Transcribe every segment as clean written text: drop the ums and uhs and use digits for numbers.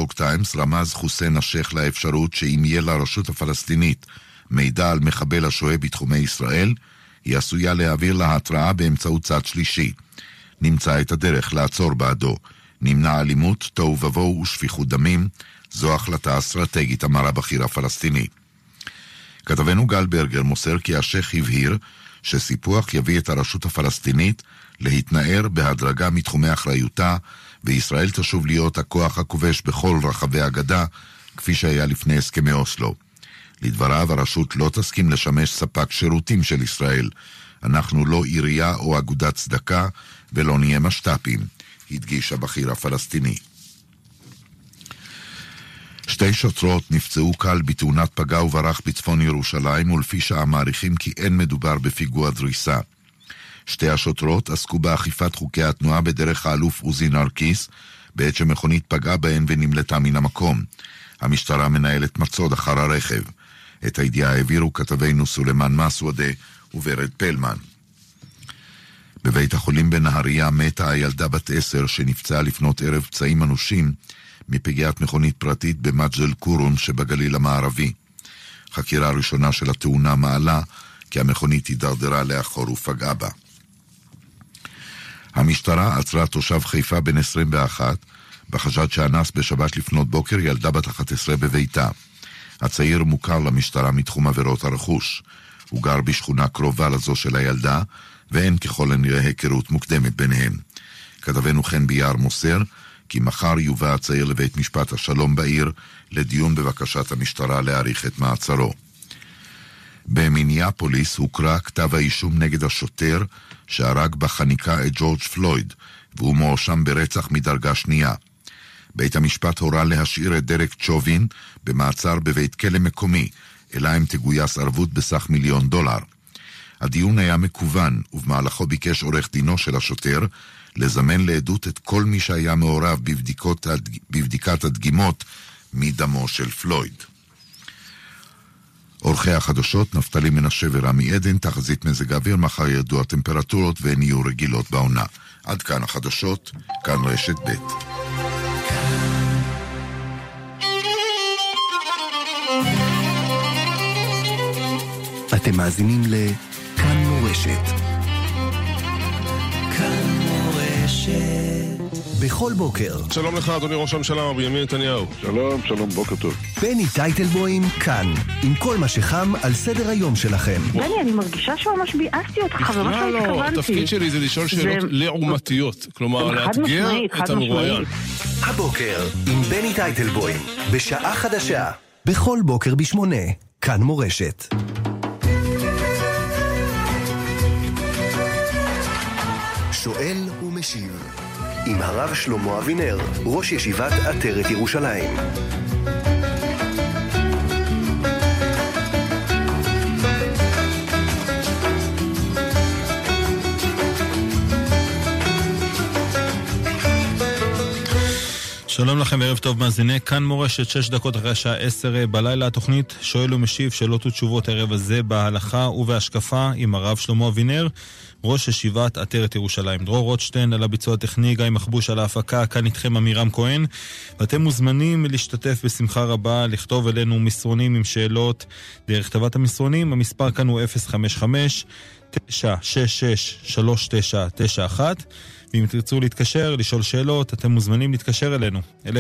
יורק טיימס רמז חוסיין השייח לאפשרות שאם יהיה לרשות הפלסטינית מידע על מחבל השוהה בתחומי ישראל, היא עשויה להעביר לה התראה באמצעות צד שלישי. נמצא את הדרך לעצור בעדו. נמנע אלימות, תוהו ובוהו ושפיכות דמים. זו החלטה אסטרטגית, אמר הבכיר הפלסטיני. כתבנו גל ברגר מוסר כי השייח הבהיר שסיפוח יביא את הרשות הפלסטינית להתנער בהדרגה מתחומי אחריותה, וישראל תשוב להיות הכוח הכובש בכל רחבי הגדה, כפי שהיה לפני הסכמי אוסלו. לדבריו, הרשות לא תסכים לשמש ספק שירותים של ישראל. אנחנו לא עירייה או אגודת צדקה, ולא נהיה משת"פים, הדגיש הבכיר הפלסטיני. 2 שוטרות נפצעו קל בתאונת פגע וברח בצפון ירושלים, ולפי שעה מעריכים כי אין מדובר בפיגוע דריסה. 2 השוטרות עסקו באכיפת חוקי התנועה בדרך האלוף עוזי נרקיס, בעת שמכונית פגעה בהן ונמלטה מן המקום. המשטרה מנהלת מצוד אחר הרכב. את הידיעה העבירו כתבינו סולימן מסוודה וורד פלמן. בבית החולים בנהריה מתה הילדה בת 10 שנפצעה לפנות ערב פצעים אנושים מפגיעת מכונית פרטית במג'ל קורום שבגליל המערבי. חקירה ראשונה של התאונה מעלה כי המכונית הידרדרה לאחור ופגעה בה. המשטרה עצרה תושב חיפה בן 21 בחשד שאנס בשבת לפנות בוקר ילדה בת 11 בביתה. הצעיר מוכר למשטרה מתחום עבירות הרכוש. הוא גר בשכונה קרובה לזו של הילדה, ואין ככל הנראה היכרות מוקדמת ביניהם. כתבנו חן ביער מוסר כי מחר יובא הצעיר לבית משפט השלום בעיר לדיון בבקשת המשטרה להאריך את מעצרו. במיניאפוליס הוקרא כתב האישום נגד השוטר שהרג בחניקה את ג'ורג' פלויד, והוא מואשם ברצח מדרגה שנייה. בית המשפט הורה להשאיר את דרק צ'ובין במעצר בבית כלא מקומי, אלא אם תגויס ערבות בסך $1,000,000. הדיון היה מקוון, ובמהלכו ביקש עורך דינו של השוטר לזמן לעדות את כל מי שהיה מעורב בבדיקת הדגימות מדמו של פלויד. אורחי החדשות נפתלי מנשה ורמי עדן. תחזית מזג האוויר, מחר ירדו הטמפרטורות והן יהיו רגילות בעונה. עד כאן החדשות, כאן רשת ב'. אתם מאזינים לכאן מורשת. כאן מורשת. בכל בוקר. שלום לך אדוני ראש הממשלה בנימין נתניהו. שלום, שלום, בוקר טוב. בני טייטלבוים כאן, עם כל מה שחם על סדר היום שלכם. בני, אני מרגישה שממש ביאסתי אותך, וממש לא התכוונתי. התפקיד שלי זה לשאול שאלות לעומתיות, כלומר לאתגר את המרואיין. הבוקר עם בני טייטלבוים, בשעה חדשה, בכל בוקר ב8, כאן מורשת. שואל ומשיב עם הרב שלמה אבינר, ראש ישיבת עטרת ירושלים. שלום לכם וערב טוב מאזיני כאן מורשת. 6 דקות אחרי השעה 10 בלילה, התוכנית שואל ומשיב, שאלות ותשובות הערב הזה בהלכה ובהשקפה עם הרב שלמה אבינר, ראש ישיבת עטרת ירושלים. דרור רוטשטיין על הביצוע הטכני, גיא מחבוש על ההפקה, כאן איתכם אמירם כהן, ואתם מוזמנים להשתתף בשמחה רבה, לכתוב אלינו מסרונים עם שאלות דרך כתבת המסרונים. המספר כאן הוא 055-966-3991, ואם תרצו להתקשר, לשאול שאלות, אתם מוזמנים להתקשר אלינו אל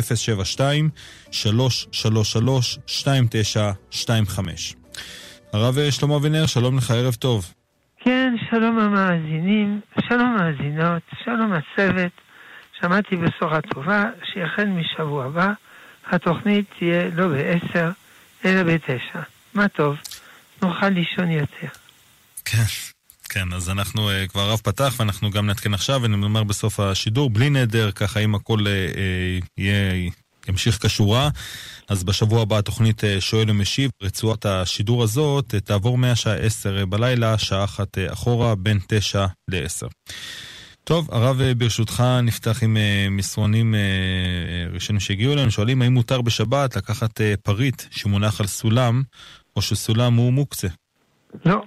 072-333-2925. הרב שלמה אבינר, שלום לך, ערב טוב. כן, שלום המאזינים, שלום המאזינות, שלום הצוות. שמעתי בשורה טובה שיחל משבוע הבא התוכנית תהיה לא ב10 אלא ב9. מה טוב, נוכל לישון יותר. כן. כן, אז אנחנו כבר הרב פתח, ואנחנו גם נתקן עכשיו, ונאמר בסוף השידור, בלי נדר, ככה אם הכל ימשיך כשורה. אז בשבוע הבא התוכנית שואל ומשיב, רצועת השידור הזאת תעבור מהשעה 10 בלילה, שעה אחת אחורה, בין 9 ל-10. טוב, הרב ברשותך נפתח עם מסרונים ראשונים שהגיעו אלינו, שואלים האם מותר בשבת לקחת פריט שמונח על סולם, או שסולם הוא מוקצה? לא.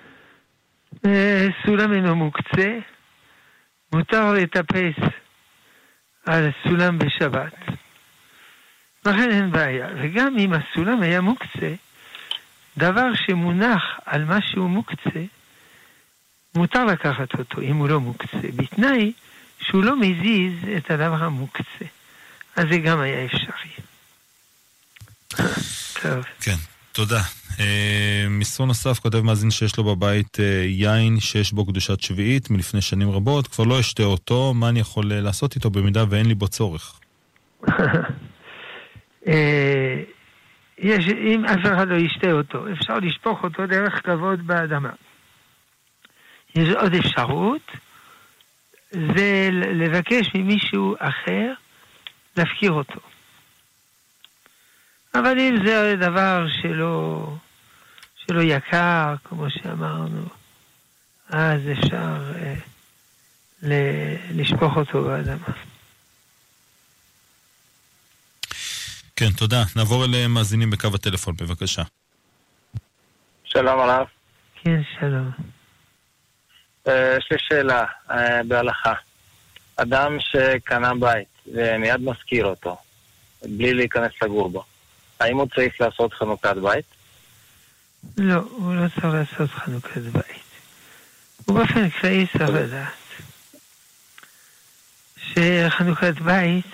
סולם אינו מוקצה, מותר לטפס על הסולם בשבת. לכן אין בעיה. וגם אם הסולם היה מוקצה, דבר שמונח על משהו מוקצה, מותר לקחת אותו אם הוא לא מוקצה, בתנאי שהוא לא מזיז את הדבר המוקצה. אז זה גם היה אפשרי. טוב. כן, תודה. מסרון נוסף כותב מאזין שיש לו בבית יין שיש בו קדושת שביעית מלפני שנים רבות, כבר לא אשתה אותו, מה אני יכול לעשות איתו במידה ואין לי בו צורך? אם אף אחד לא ישתה אותו, אפשר לשפוך אותו דרך כבוד באדמה. יש עוד אפשרות, זה לבקש ממישהו אחר להפקיר אותו. אבל אם זה דבר שלא יקר, כמו שאמרנו, אז אפשר לשפוך אותו באדמה. כן, תודה. נעבור אל מאזינים בקו הטלפון, בבקשה. שלום עליו. כן, שלום. יש לי שאלה בהלכה. אדם שקנה בית ומיד מזכיר אותו, בלי להיכנס לגור בו, האם הוא צריך לעשות חנוכת בית? לא, הוא לא צריך לעשות חנוכת בית. הוא באופן כללי צריך לדעת שחנוכת בית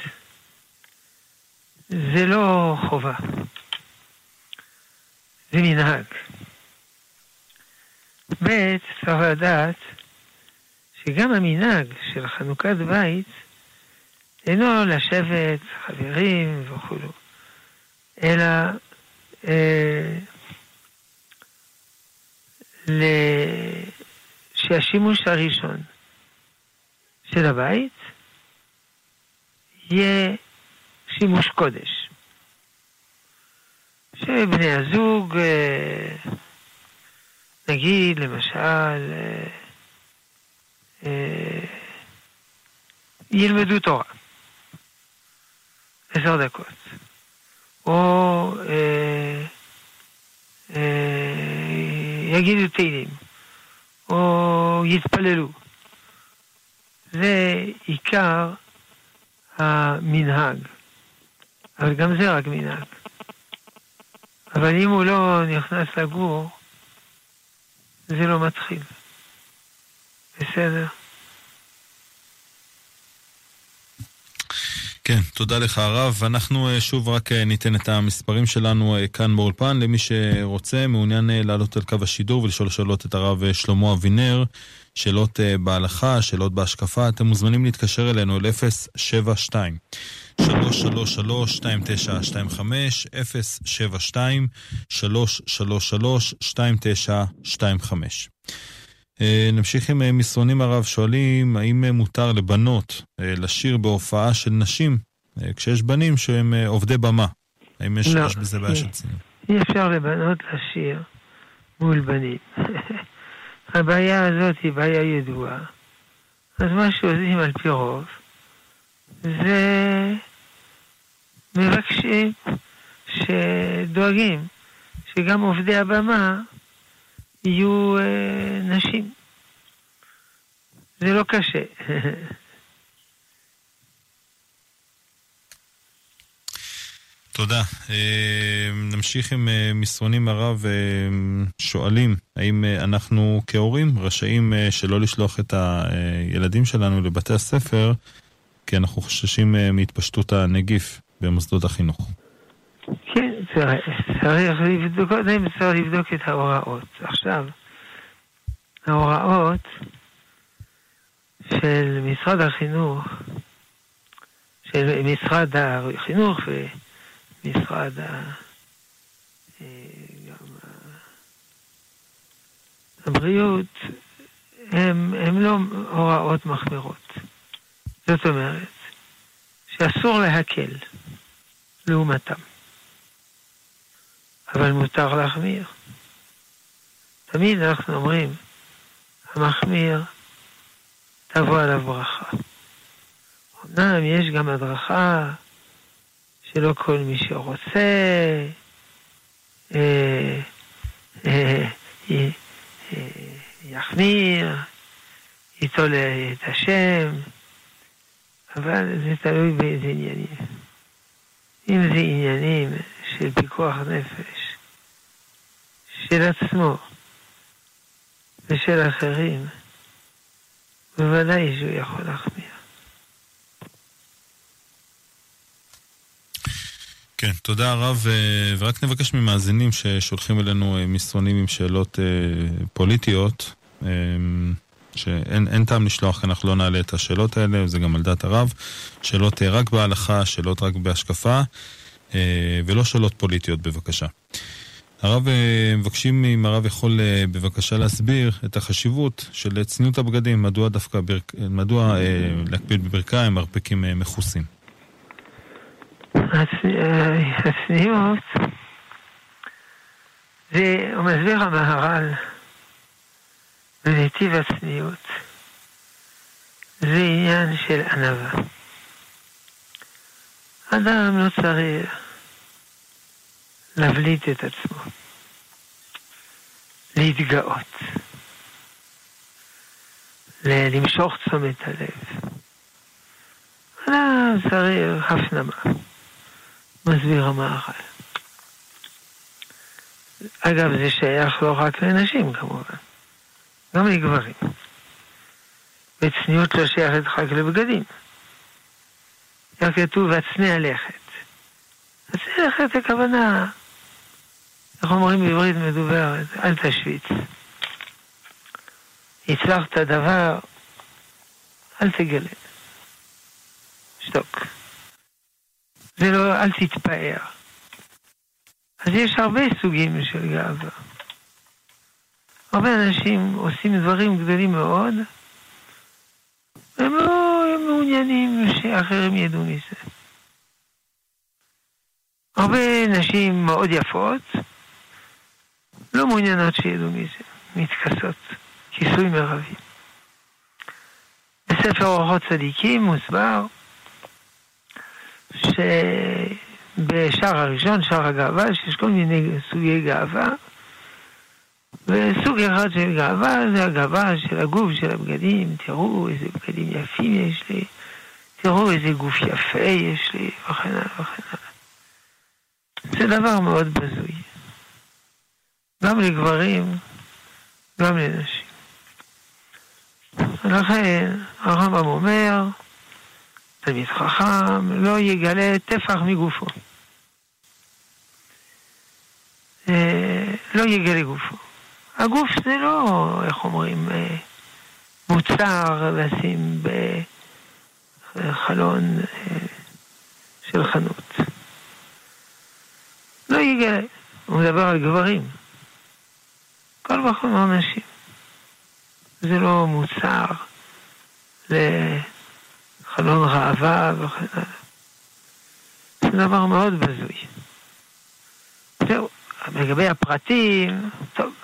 זה לא חובה, זה מנהג. ב' צריך לדעת שגם המנהג של חנוכת בית אינו לשבת חברים וכו', אלא שהשימוש הראשון של הבית יהיה שימוש קודש. שבני הזוג, נגיד למשל, ילמדו תורה 10 דקות, או יגידו תהילים, או יתפללו. זה עיקר המנהג, אבל גם זה רק מנהג. אבל אם הוא לא נכנס לגור, זה לא מתחיל. בסדר? כן, תודה לך הרב. אנחנו שוב רק ניתן את המספרים שלנו כאן באולפן. למי שרוצה, מעוניין לעלות על קו השידור ולשאול שאלות את הרב שלמה אבינר, שאלות בהלכה, שאלות בהשקפה, אתם מוזמנים להתקשר אלינו אל 072 333 2925 072 333 2925. נמשיך עם מסרונים. הרב שואלים, האם מותר לבנות לשיר בהופעה של נשים כשיש בנים שהם עובדי במה? האם יש בזה בעיה של צינור? אי אפשר לבנות לשיר מול בנים. הבעיה הזאת היא בעיה ידועה. אז מה שעושים על פי רוב זה מבקשים שדואגים שגם עובדי הבמה יהיו נשים. זה לא קשה. תודה. נמשיך עם מסרונים. הרב שואלים, האם אנחנו כהורים רשאים שלא לשלוח את הילדים שלנו לבתי הספר, כי אנחנו חוששים מהתפשטות הנגיף במוסדות החינוך? כן, צריך לבדוק את ההוראות. עכשיו, ההוראות של משרד החינוך, של משרד החינוך ומשרד הבריאות, הם לא הוראות מחמירות. זאת אומרת, שאסור להקל לעומתם. אבל מותר להחמיר. תמיד אנחנו אומרים, המחמיר תבוא עליו ברכה. אמנם יש גם הדרכה שלא כל מי שרוצה יחמיר, ייטול את השם, אבל זה תלוי באיזה עניינים. אם זה עניינים של פיקוח נפש, של עצמו ושל אחרים, בוודאי שהוא יכול להחמיר. כן, תודה רב, ורק נבקש ממאזינים ששולחים אלינו מסרונים עם שאלות פוליטיות, שאין טעם לשלוח, כי אנחנו לא נעלה את השאלות האלה, וזה גם על דעת הרב, שאלות רק בהלכה, שאלות רק בהשקפה, ולא שאלות פוליטיות בבקשה. הרב, מבקשים אם הרב יכול בבקשה להסביר את החשיבות של צניעות הבגדים, מדוע להקפיד בברכיים, מרפקים מחוסים. הצניעות, זה, הוא מסביר המהר"ל, בנתיב הצניעות, זה עניין של ענווה. אדם לא צריך להבליט את עצמו, להתגאות, למשוך תשומת הלב. אדם צריך הפנמה, מסביר המהר"ל. אגב, זה שייך לא רק לנשים כמובן, גם לגברים. וצניעות לא שייכת רק לבגדים. היה כתוב, הצנע לכת. הצנע לכת הכוונה, איך אומרים בעברית מדוברת, אל תשוויץ. הצלחת דבר, אל תגלה. שתוק. זה לא, אל תתפאר. אז יש הרבה סוגים של גאווה. הרבה אנשים עושים דברים גדולים מאוד, הם לא מעוניינים שאחרים ידעו מזה. הרבה נשים מאוד יפות, לא מעוניינות שידעו מזה, מתכסות, כיסוי מרבי. בספר אורחות צדיקים מוסבר, שבשער הראשון, שער הגאווה, שיש כל מיני סוגי גאווה, וסוג אחד של גאווה זה הגאווה של הגוף, של הבגדים. תראו איזה בגדים יפים יש לי, תראו איזה גוף יפה יש לי, וכן הלאה וכן הלאה. זה דבר מאוד בזוי, גם לגברים, גם לנשים. לכן הרמב"ם אומר, תלמיד חכם לא יגלה טפח מגופו, לא יגלה גופו. הגוף זה לא, איך אומרים, מוצר לשים בחלון של חנות. לא יגלה. הוא מדבר על גברים. כל בחומר נשים. זה לא מוצר לחלון ראווה וכן הלאה. זה דבר מאוד בזוי. זהו, לגבי הפרטים, טוב,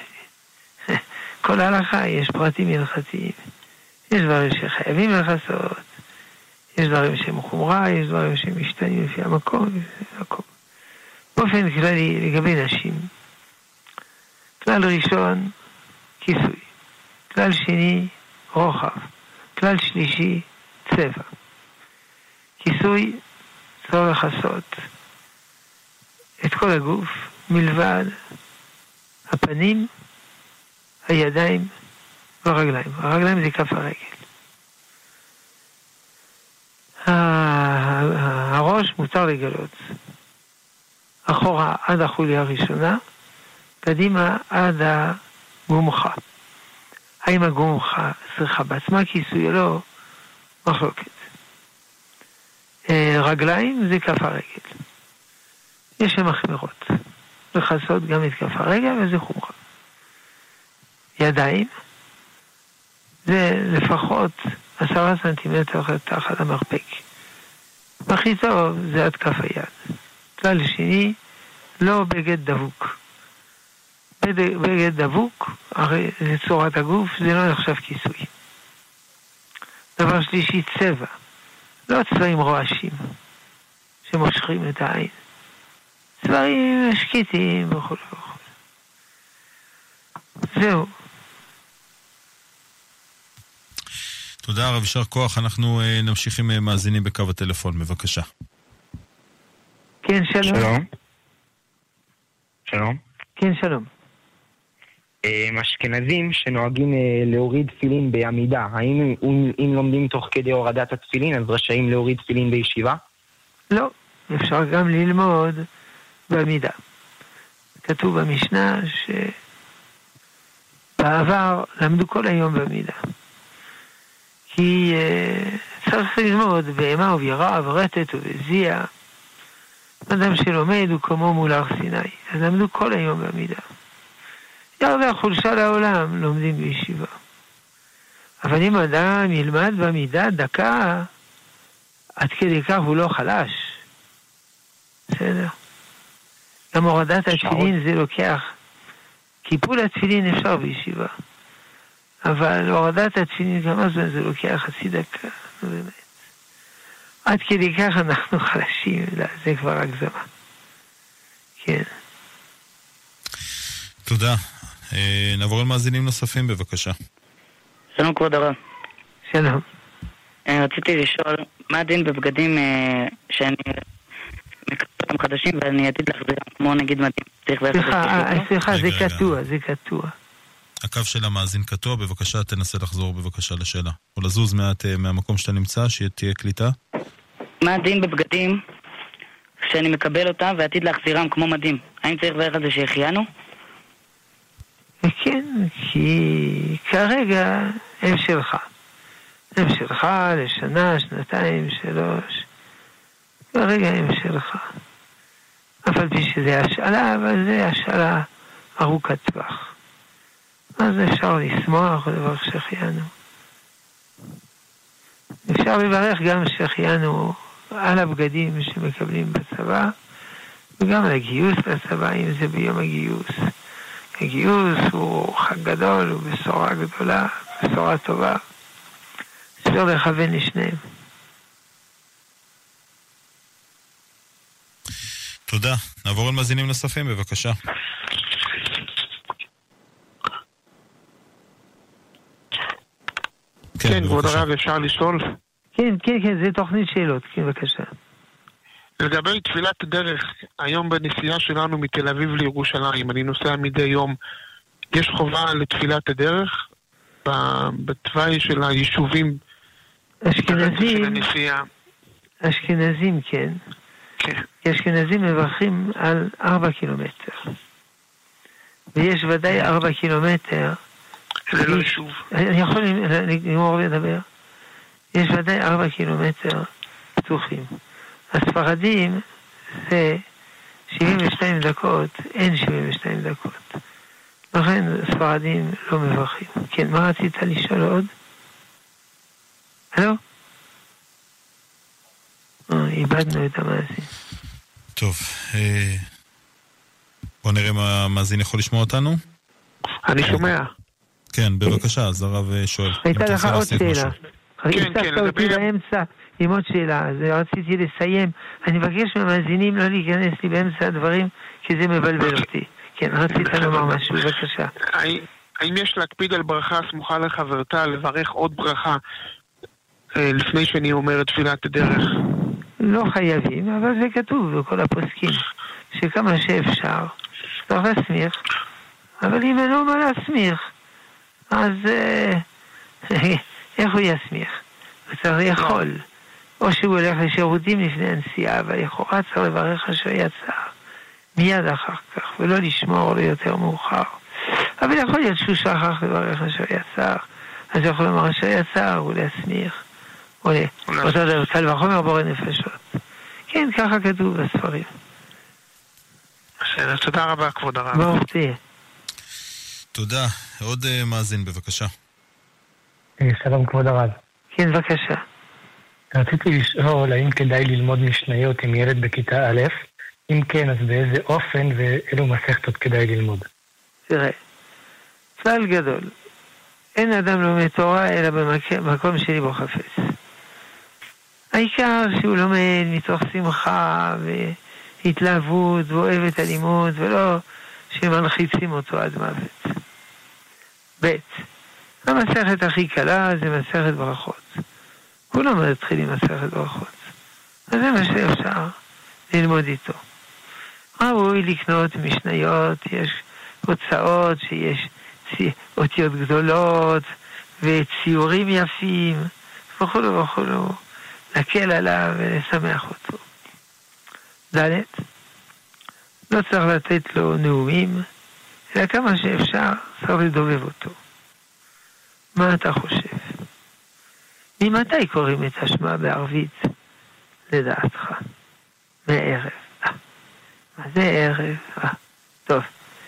כל ההלכה יש פרטים הלכתיים. יש דברים שחייבים לחסות, יש דברים שהם חומרה, יש דברים שהם משתנים לפי המקום. באופן כללי לגבי נשים, כלל ראשון כיסוי, כלל שני רוחב, כלל שלישי צבע. כיסוי צריך לחסות את כל הגוף מלבד הפנים, הידיים והרגליים. הרגליים זה כף הרגל. הראש מותר לגלות אחורה עד החוליה הראשונה, קדימה עד הגומחה. האם הגומחה צריכה בעצמה כיסוי או לא? מחלוקת. רגליים זה כף הרגל. יש מחמירות לחסות גם את כף הרגל, וזה חומרה. ידיים זה לפחות 10 סנטימטר תחת המרפק. הכי טוב זה עד כף היד. כלל שני, לא בגד דבוק. בגד דבוק, הרי זה צורת הגוף, זה לא נחשב כיסוי. דבר שלישי, צבע. לא צבעים רועשים שמושכים את העין. צבעים שקטים וכו' וכו'. זהו. תודה רב, יישר כוח. אנחנו נמשיך עם מאזינים בקו הטלפון, בבקשה. כן, שלום. שלום. שלום. כן, שלום. אשכנזים שנוהגים להוריד תפילין בעמידה, האם אם לומדים תוך כדי הורדת התפילין, אז רשאים להוריד תפילין בישיבה? לא, אפשר גם ללמוד בעמידה. כתוב במשנה שבעבר למדו כל היום בעמידה. כי צריך ללמוד בהמה ובירע ורטט ובזיע. אדם שלומד הוא כמו מול הר סיני, אז למדו כל היום בעמידה. ירדה חולשה לעולם, לומדים בישיבה. אבל אם אדם ילמד בעמידה דקה, עד כדי כך הוא לא חלש. בסדר. גם הורדת התפילין זה לוקח. קיפול התפילין אפשר בישיבה. אבל הורדת התפילין כמה זמן זה לוקח חצי דקה. באמת. עד כדי כך אנחנו חלשים, זה כבר הגזמה. כן. תודה. נעבור על מאזינים נוספים, בבקשה. שלום כבוד הרב. שלום. רציתי לשאול, מה הדין בבגדים שאני מקבל אותם חדשים ואני עתיד להחזירם, כמו נגיד מדים? סליחה, זה קטוע, זה קטוע. הקו של המאזין קטוע, בבקשה תנסה לחזור בבקשה לשאלה. או לזוז מעט מהמקום שאתה נמצא, שתהיה קליטה. מה הדין בבגדים שאני מקבל אותם ועתיד להחזירם כמו מדים? האם צריך לברך על זה שהחיינו? כן, כי כרגע הם שלך. הם שלך לשנה, שנתיים, 3. כרגע הם שלך. אף על פי שזה השאלה, אבל זה השאלה ארוכת טווח. אז אפשר לשמוח ולברך שהחיינו. אפשר לברך גם שהחיינו על הבגדים שמקבלים בצבא, וגם על הגיוס לצבא, אם זה ביום הגיוס. הגיוס הוא חג גדול, הוא בשורה גדולה, בשורה טובה. אפשר לכוון לשניהם. תודה. נעבור על מאזינים נוספים, בבקשה. כן, כבוד הרב, אפשר לשאול? כן, זה תוכנית שאלות, כן, בבקשה. לגבי תפילת דרך, היום בנסיעה שלנו מתל אביב לירושלים, אני נוסע מדי יום, יש חובה לתפילת הדרך בתוואי של היישובים? אשכנזים, כן. אשכנזים מברכים על 4 קילומטר. ויש ודאי 4 קילומטר. זה לא יישוב. אני יכול לגמור לדבר. יש ודאי 4 קילומטר פתוחים. הספרדים זה 72 דקות, אין 72 דקות. לכן הספרדים לא מברכים. כן, מה רצית לשאול עוד? הלו? איבדנו את המאזין. טוב, בוא נראה מה המאזין יכול לשמוע אותנו. אני שומע. כן, בבקשה, אז הרב שואל. הייתה לך עוד שאלה. הפסקת אותי באמצע עם עוד שאלה, אז רציתי לסיים. אני מבקש מהמאזינים לא להיכנס לי באמצע הדברים, כי זה מבלבל אותי. כן, רצית לומר משהו, בבקשה. האם יש להקפיד על ברכה סמוכה לחברתה, לברך עוד ברכה לפני שאני אומר את תפילת הדרך? לא חייבים, אבל זה כתוב בכל הפוסקים, שכמה שאפשר, צריך להסמיך, אבל אם אין לו מה להסמיך, אז איך הוא יסמיך? הוא צריך לאכול. או שהוא הולך לשירותים לפני הנסיעה, והיכורה צריך לברך אשר יצא מיד אחר כך, ולא לשמור ליותר מאוחר. אבל יכול להיות שהוא שכח לברך אשר יצא, אז יכול לומר אשר יצא, הוא להסמיך. אותו דבר, קל וחומר בורא נפשות. כן, ככה כתוב בספרים. בסדר, תודה רבה, כבוד הרב. ברוך תהיה. תודה. עוד מאזין, בבקשה. שלום, כבוד הרב. כן, בבקשה. רציתי לשאול, האם כדאי ללמוד משניות עם ילד בכיתה א'? אם כן, אז באיזה אופן ואילו מסכתות כדאי ללמוד? תראה, כלל גדול. אין אדם לומד תורה אלא במקום שליבו חפץ. העיקר שהוא לומד מתוך שמחה והתלהבות ואוהב את הלימוד, ולא שמלחיצים אותו עד מוות. ב' המסכת הכי קלה זה מסכת ברכות. כולם מתחילים מסכת ברכות. אז זה מה שאפשר. ללמוד איתו. ראוי לקנות משניות, יש הוצאות שיש אותיות גדולות וציורים יפים וכולו וכולו, להקל עליו ולשמח אותו. ד', לא צריך לתת לו נאומים, אלא כמה שאפשר צריך לדובב אותו. מה אתה חושב? ממתי קוראים את השמה בערבית לדעתך? מערב. מה זה ערב? טוב.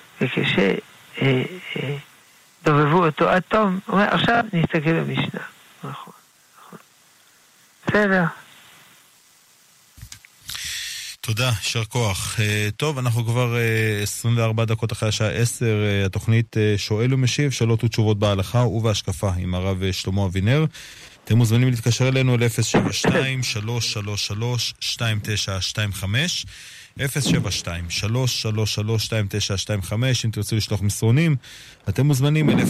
וכשדובבו אותו עד תום, הוא אומר, עכשיו נסתכל במשנה. נכון. בסדר. תודה, שר כוח. טוב, אנחנו כבר 24 דקות אחרי השעה 10, התוכנית שואל ומשיב, שאלות ותשובות בהלכה ובהשקפה עם הרב שלמה אבינר. אתם מוזמנים להתקשר אלינו ל-072-333-2925, 072-333-2925, אם תרצו לשלוח מסרונים, אתם מוזמנים אל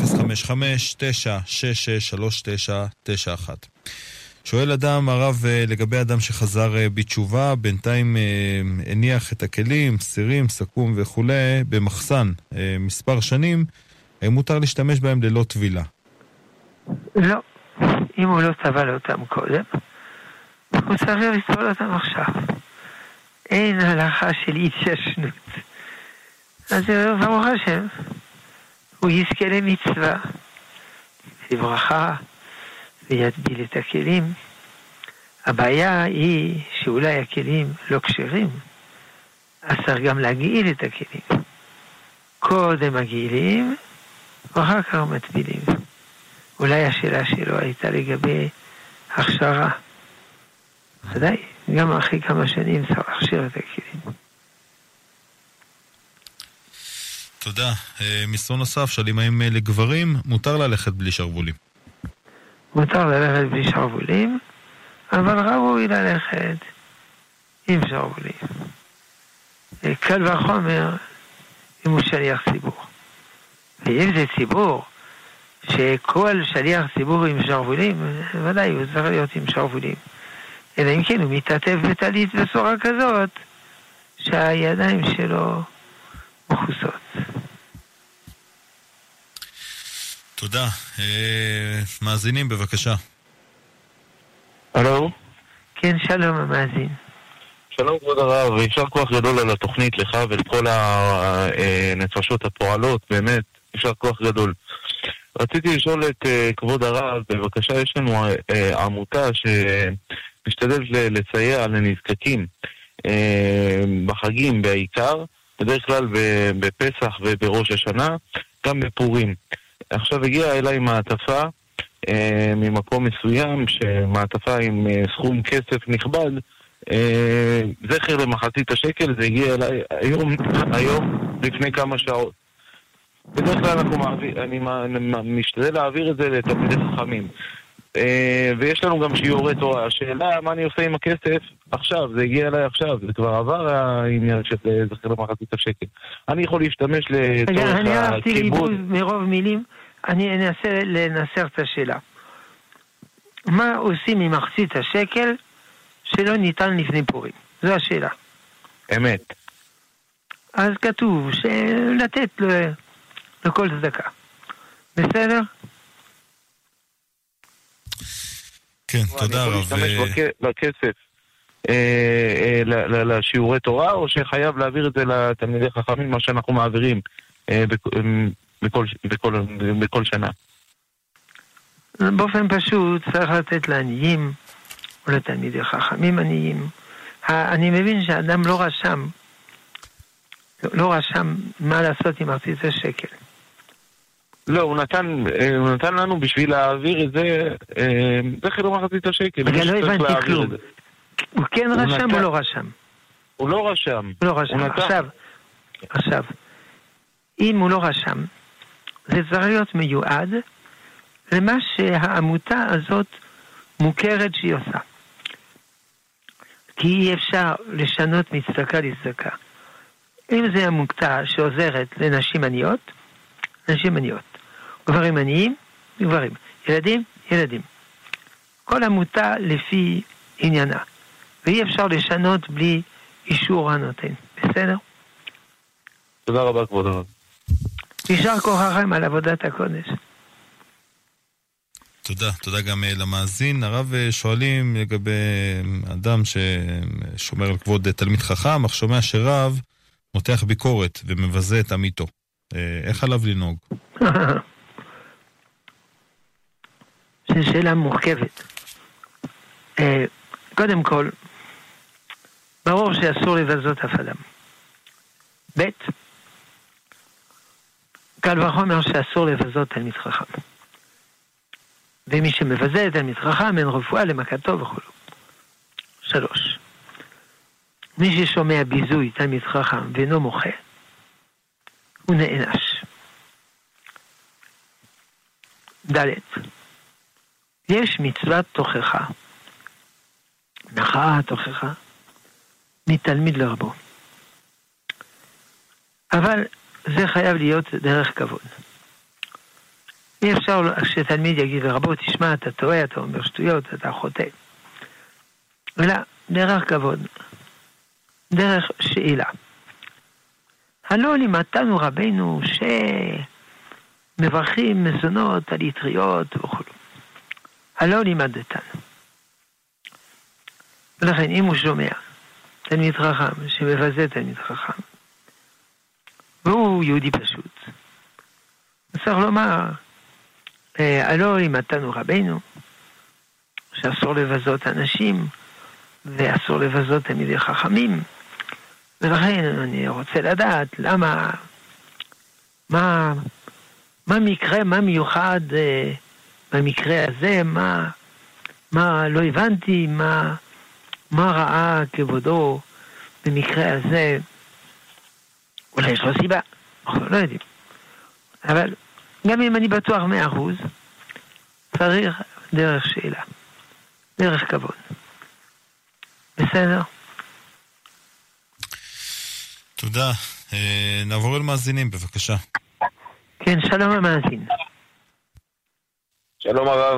055-966-3991. שואל אדם, הרב, לגבי אדם שחזר בתשובה, בינתיים הניח את הכלים, סירים, סכו"ם וכו' במחסן מספר שנים, מותר להשתמש בהם ללא טבילה? לא. אם הוא לא טבל אותם קודם, הוא צריך לטבל אותם עכשיו. אין הלכה של התיישנות. אז ברוך השם, הוא יזכה למצווה, לברכה, ויטביל את הכלים. הבעיה היא שאולי הכלים לא כשרים, אז צריך גם להגעיל את הכלים. קודם מגעילים, ואחר כך מטבילים. אולי השאלה שלו הייתה לגבי הכשרה. ודאי, גם אחרי כמה שנים צריך להכשיר את הכלים. תודה. מסרון נוסף, שואלים האם לגברים מותר ללכת בלי שרוולים? מותר ללכת בלי שרוולים, אבל ראוי ללכת עם שרוולים. קל וחומר אם הוא שליח ציבור. ואם זה ציבור, שכל שליח ציבור עם שרוולים, ודאי הוא צריך להיות עם שרוולים. אלא אם כן הוא מתעטף בטלית בצורה כזאת, שהידיים שלו מחוסות. תודה. מאזינים, בבקשה. הלו? כן, שלום המאזין. שלום כבוד הרב, יישר כוח גדול על התוכנית לך ולכל הנפשות הפועלות, באמת, יישר כוח גדול. רציתי לשאול את כבוד הרב, בבקשה, יש לנו עמותה שמשתדלת לסייע לנזקקים בחגים בעיקר, בדרך כלל בפסח ובראש השנה, גם בפורים. עכשיו הגיעה אליי מעטפה ממקום מסוים, שמעטפה עם סכום כסף נכבד, זכר למחצית השקל, זה הגיע אליי היום לפני כמה שעות. בדרך כלל אני משתדל להעביר את זה לתלמידי חכמים. ויש לנו גם שיעורי תורה. השאלה, מה אני עושה עם הכסף עכשיו? זה הגיע אליי עכשיו, זה כבר עבר העניין של זכר למחצית השקל. אני יכול להשתמש לצורך אני הלכתי הכיבוד. לאיבוד מרוב מילים, אני אנסה לנסר את השאלה. מה עושים עם מחצית השקל שלא ניתן לפני פורים? זו השאלה. אמת. אז כתוב שלתת לכל צדקה. בסדר? כן, תודה רב. אני יכול להשתמש בכסף לשיעורי תורה, או שחייב להעביר את זה לתלמידי חכמים, מה שאנחנו מעבירים בכל שנה? באופן פשוט צריך לתת לעניים, או לתלמידי חכמים עניים. אני מבין שהאדם לא רשם מה לעשות עם מחצית השקל. לא, הוא נתן לנו בשביל להעביר את זה, זכר למחצית השקל. רגע, לא הבנתי כלום. הוא כן רשם או לא רשם? הוא לא רשם. הוא לא רשם. עכשיו, אם הוא לא רשם, זה צריך להיות מיועד למה שהעמותה הזאת מוכרת שהיא עושה. כי אי אפשר לשנות מצדקה לצדקה. אם זה עמותה שעוזרת לנשים עניות, נשים עניות. גברים עניים, גברים. ילדים, ילדים. כל עמותה לפי עניינה. ואי אפשר לשנות בלי אישור הנותן. בסדר? תודה רבה, כבוד הרב. יישר כוחכם על עבודת הקודש. תודה גם למאזין. הרב, שואלים לגבי אדם ששומר על כבוד תלמיד חכם, אך שומע שרב מותח ביקורת ומבזה את עמיתו. איך עליו לנהוג? זו שאלה מורכבת. קודם כל, ברור שאסור לבזות אף אדם. ב' קל וחומר שאסור לבזות תלמיד חכם. ומי שמבזה את תלמיד חכם אין רפואה למכתו וכו'. 3. מי ששומע ביזוי תלמיד חכם ואינו מוחה, הוא נענש. ד' יש מצוות תוכחה, מחאה תוכחה, מתלמיד לרבו. אבל זה חייב להיות דרך כבוד. אי אפשר שתלמיד יגיד לרבו, תשמע, אתה טועה, אתה אומר שטויות, אתה חוטא. אלא דרך כבוד, דרך שאלה. הלא לימדנו רבנו שמברכים מזונות על יטריות וכו'. הלא לימדתנו. ולכן אם הוא שומע תלמיד חכם שמבזה תלמיד חכם, והוא יהודי פשוט, צריך לומר, הלא לימדתנו רבנו שאסור לבזות אנשים ואסור לבזות תלמידי חכמים, ולכן אני רוצה לדעת למה, מה מקרה, מה מיוחד במקרה הזה, מה לא הבנתי, מה ראה כבודו במקרה הזה. אולי יש לו סיבה, אנחנו לא יודעים. אבל גם אם אני בטוח 100%, צריך דרך שאלה, דרך כבוד. בסדר? תודה. נעבור אל מאזינים, בבקשה. כן, שלום המאזין. שלום הרב.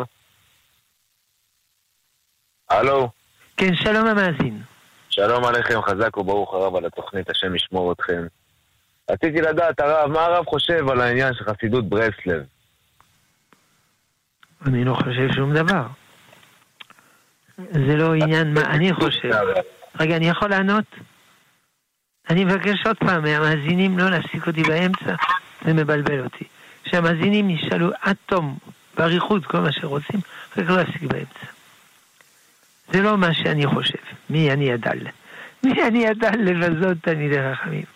הלו. כן, שלום המאזין. שלום עליכם, חזק וברוך הרב על התוכנית, השם ישמור אתכם. רציתי לדעת הרב, מה הרב חושב על העניין של חסידות ברסלב? אני לא חושב שום דבר. זה לא עניין מה אני חושב. רגע, אני יכול לענות? אני מבקש עוד פעם מהמאזינים לא להפסיק אותי באמצע, זה מבלבל אותי. שהמאזינים נשאלו עד תום, בעריכות, כל מה שרוצים, רק לא להפסיק באמצע. זה לא מה שאני חושב. מי אני ידע לבזות תלמידי חכמים.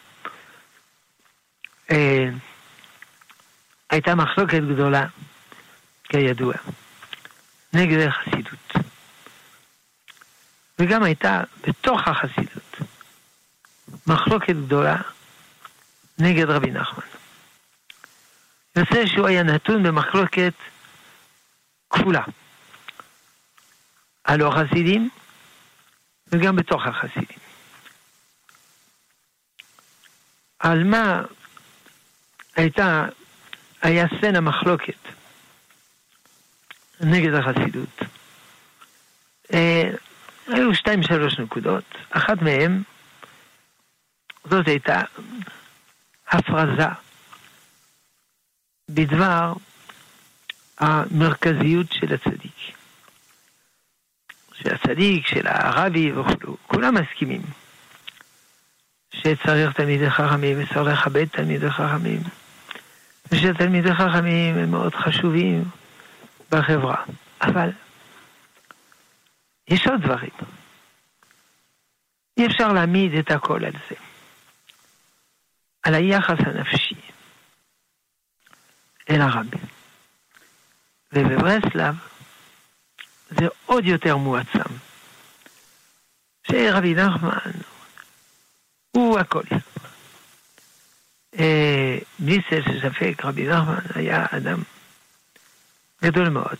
הייתה מחלוקת גדולה, כידוע, נגד החסידות. וגם הייתה בתוך החסידות מחלוקת גדולה נגד רבי נחמן. יוצא שהוא היה נתון במחלוקת כפולה. הלא חסידים וגם בתוך החסידים. על מה היה סצנה מחלוקת נגד החסידות. היו 2-3 נקודות. אחת מהן, זאת הייתה הפרזה בדבר המרכזיות של הצדיק. של הצדיק, של הרבי וכו'. כולם מסכימים שצריך תלמידי חכמים וצריך לכבד תלמידי חכמים. ושתלמידי חכמים הם מאוד חשובים בחברה. אבל יש עוד דברים. אי אפשר להעמיד את הכל על זה. על היחס הנפשי אל הרבי. ובברסלב זה עוד יותר מועצם. שרבי נחמן הוא הכל. בלי צל של ספק, רבי נחמן היה אדם גדול מאוד.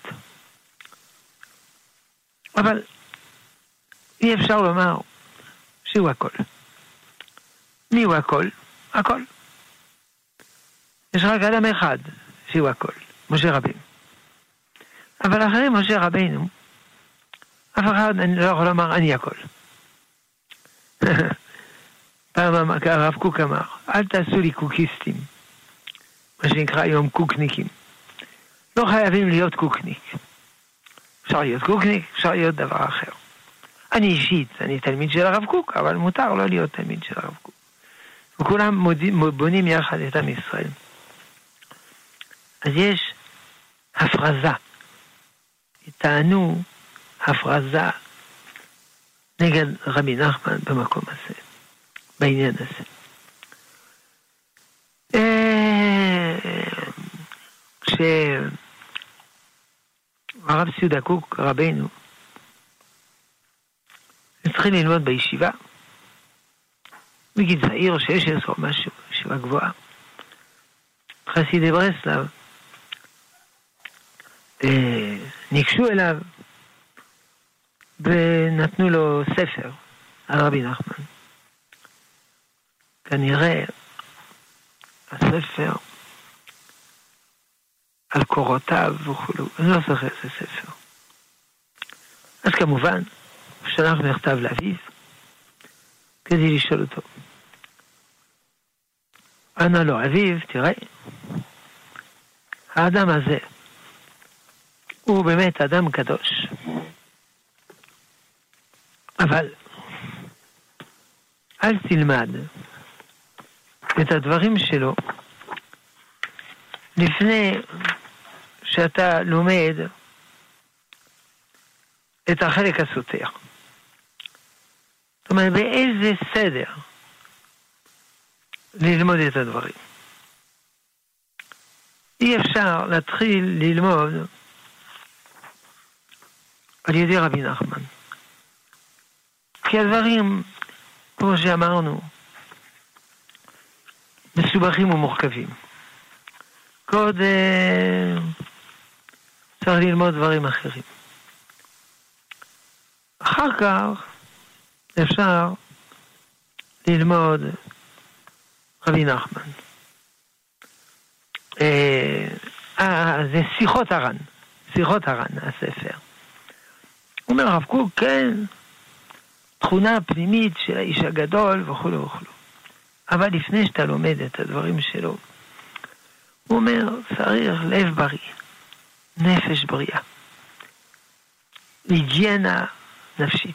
אבל אי אפשר לומר שהוא הכל. מי הוא הכל? הכל. יש רק אדם אחד שהוא הכל, משה רבינו. אבל אחרי משה רבינו, אף אחד לא יכול לומר אני הכל. פעם הרב קוק אמר, אל תעשו לי קוקיסטים, מה שנקרא היום קוקניקים. לא חייבים להיות קוקניק. אפשר להיות קוקניק, אפשר להיות דבר אחר. אני אישית, אני תלמיד של הרב קוק, אבל מותר לא להיות תלמיד של הרב קוק. וכולם בונים יחד את עם ישראל. אז יש הפרזה. טענו הפרזה נגד רבי נחמן במקום הזה, בעניין הזה. כשהרב ציודה קוק, רבינו, התחיל ללמוד בישיבה, בגיל צעיר, 16 או משהו, ישיבה גבוהה, חסידי ברסלב, ניגשו אליו ונתנו לו ספר על רבי נחמן. כנראה הספר על קורותיו וכו', אני לא זוכר איזה ספר. אז כמובן שלח מכתב לאביו כדי לשאול אותו. ענה לו אביו, תראה, האדם הזה הוא באמת אדם קדוש, אבל אל תלמד את הדברים שלו לפני שאתה לומד את החלק הסותר. זאת אומרת, באיזה סדר ללמוד את הדברים. אי אפשר להתחיל ללמוד על ידי רבי נחמן. כי הדברים, כמו שאמרנו, מסובכים ומורכבים. קודם צריך ללמוד דברים אחרים. אחר כך אפשר ללמוד רבי נחמן. זה שיחות הר"ן. שיחות הר"ן, הספר. הוא אומר הרב קוק, כן, תכונה פנימית של האיש הגדול וכו' וכו'. אבל לפני שאתה לומד את הדברים שלו, הוא אומר, צריך לב בריא, נפש בריאה, היגיינה נפשית,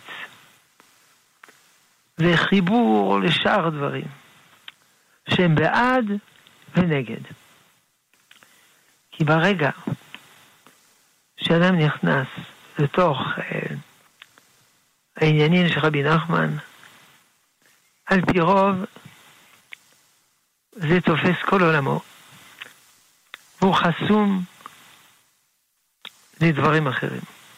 וחיבור לשאר דברים, שהם בעד ונגד. כי ברגע שאדם נכנס לתוך העניינים של רבי נחמן, על פי רוב זה תופס כל עולמו, והוא חסום לדברים אחרים.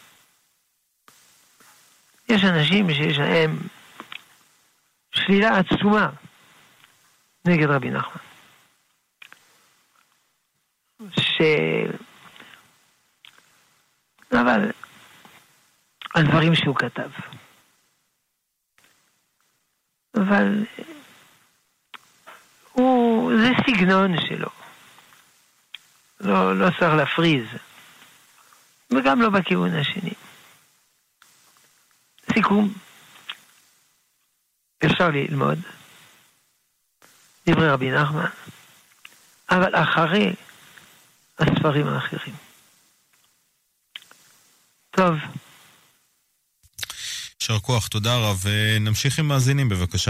יש אנשים שיש להם שלילה עצומה נגד רבי נחמן, אבל על דברים שהוא כתב. אבל זה סגנון שלו. לא צריך להפריז. וגם לא בכיוון השני. סיכום. אפשר ללמוד דברי רבי נחמן, אבל אחרי הספרים האחרים. טוב. יישר כוח, תודה רב. נמשיך עם מאזינים, בבקשה.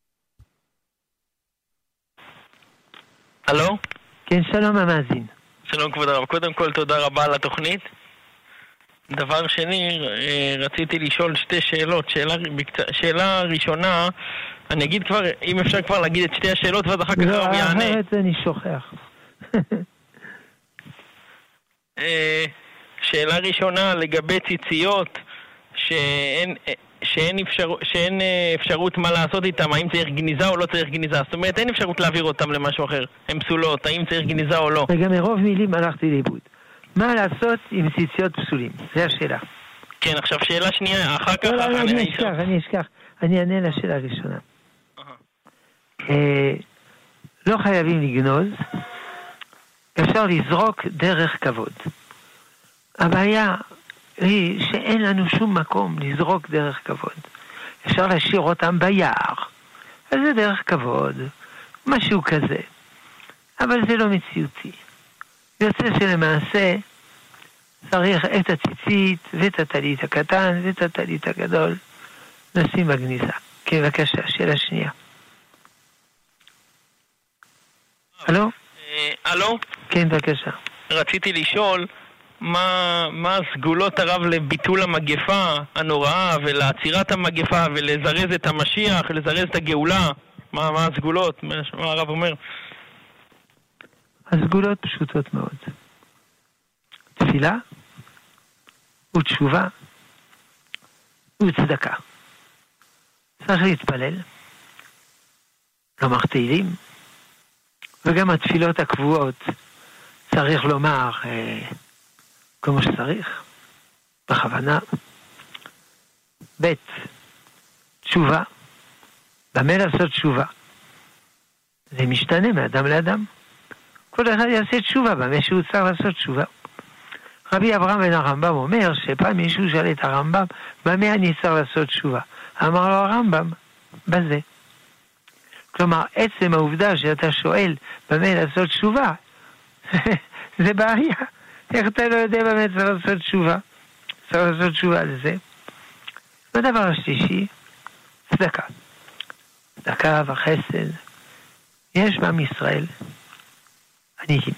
הלו? כן, שלום המאזין. שלום כבוד הרב. קודם כל תודה רבה על התוכנית. דבר שני, רציתי לשאול שתי שאלות. שאלה ראשונה, אני אגיד כבר, אם אפשר כבר להגיד את שתי השאלות, ואז אחר כך הרב יענה. לא, אחרת אני שוכח. שאלה ראשונה לגבי ציציות, שאין אפשרות מה לעשות איתם, האם צריך גניזה או לא צריך גניזה. זאת אומרת, אין אפשרות להעביר אותם למשהו אחר. הן פסולות, האם צריך גניזה או לא. וגם מרוב מילים הלכתי לאיבוד. מה לעשות עם ציציות פסולים? זו השאלה. כן, עכשיו שאלה שנייה, אחר כך... לא, אני אשכח. אני אענה לשאלה הראשונה. לא חייבים לגנוז, אפשר לזרוק דרך כבוד. הבעיה היא שאין לנו שום מקום לזרוק דרך כבוד. אפשר להשאיר אותם ביער, אז זה דרך כבוד, משהו כזה. אבל זה לא מציאותי. יוצא שלמעשה צריך את הציצית ואת הטלית הקטן ואת הטלית הגדול לשים בגניזה. כן, בבקשה, שאלה שנייה. הלו? הלו? כן, בבקשה. רציתי לשאול מה סגולות הרב לביטול המגפה הנוראה ולעצירת המגפה ולזרז את המשיח, לזרז את הגאולה? מה הסגולות? מה הרב אומר? הסגולות פשוטות מאוד. תפילה ותשובה וצדקה. צריך להתפלל, לומר תהילים, וגם התפילות הקבועות צריך לומר כמו שצריך, בכוונה. ב' תשובה. במה לעשות תשובה? זה משתנה מאדם לאדם. כל אחד יעשה תשובה במה שהוא צריך לעשות תשובה. רבי אברהם בן הרמב"ם אומר שפעם מישהו שאל את הרמב"ם במה אני צריך לעשות תשובה? אמר לו הרמב"ם, בזה. כלומר, עצם העובדה שאתה שואל במה לעשות תשובה, זה בעיה. איך אתה לא יודע במה צריך לעשות תשובה? צריך לעשות תשובה על זה. והדבר השלישי, צדקה. צדקה וחסד. יש בעם ישראל עניים.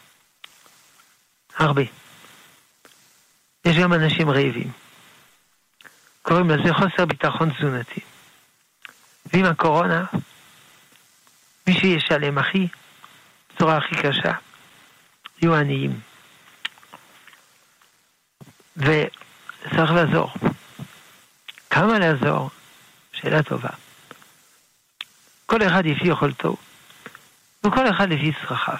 הרבה. יש גם אנשים רעבים. קוראים לזה חוסר ביטחון תזונתי. ועם הקורונה, מי שישלם בצורה הכי קשה, יהיו עניים. וצריך לעזור. כמה לעזור? שאלה טובה. כל אחד לפי יכולתו, וכל אחד לפי צרכיו.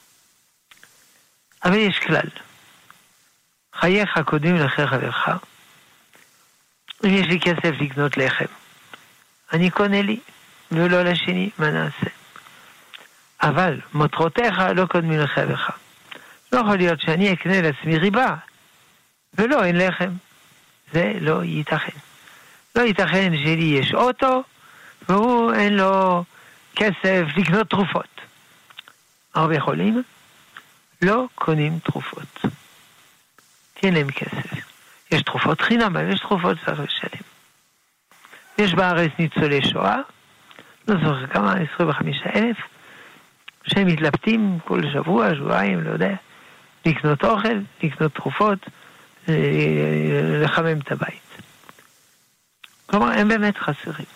אבל יש כלל. חייך קודמים לחייך חברך. אם יש לי כסף לקנות לחם, אני קונה לי, ולא לשני, מה נעשה? אבל מטרותיך לא קודמים לחברך. לא יכול להיות שאני אקנה לעצמי ריבה, ולא, אין לחם. זה לא ייתכן. לא ייתכן שלי יש אוטו, והוא אין לו כסף לקנות תרופות. הרבה חולים לא קונים תרופות. תהיה להם כסף. יש תרופות חינם, אבל יש תרופות צריך לשלם. יש בארץ ניצולי שואה, לא זוכר כמה, 25,000, שהם מתלבטים כל שבוע, שבועיים, לא יודע, לקנות אוכל, לקנות תרופות, לחמם את הבית. כלומר, הם באמת חסרים.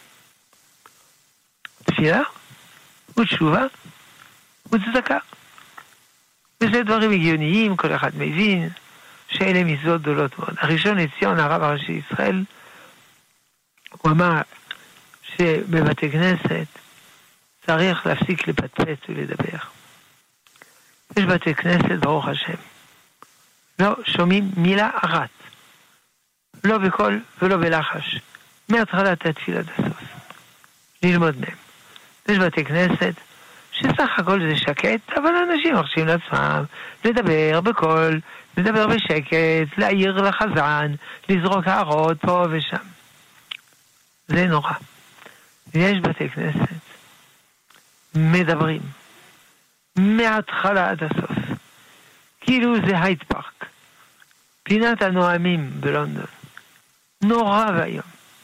תפילה ותשובה וצדקה. וזה דברים הגיוניים, כל אחד מבין שאלה מצוות גדולות מאוד. הראשון לציון, הרב הראשי ישראל, הוא אמר שבבתי כנסת צריך להפסיק לפטפט ולדבר. יש בתי כנסת, ברוך השם, לא שומעים מילה אחת, לא בקול ולא בלחש, מהתחלת התפילה עד הסוף, ללמוד מהם. יש בתי כנסת שסך הכל זה שקט, אבל אנשים מרשים לעצמם לדבר בקול, לדבר בשקט, להעיר לחזן, לזרוק הערות פה ושם. זה נורא. יש בתי כנסת מדברים מההתחלה עד הסוף, כאילו זה הייד פארק, פינת הנואמים בלונדון. נורא והיום.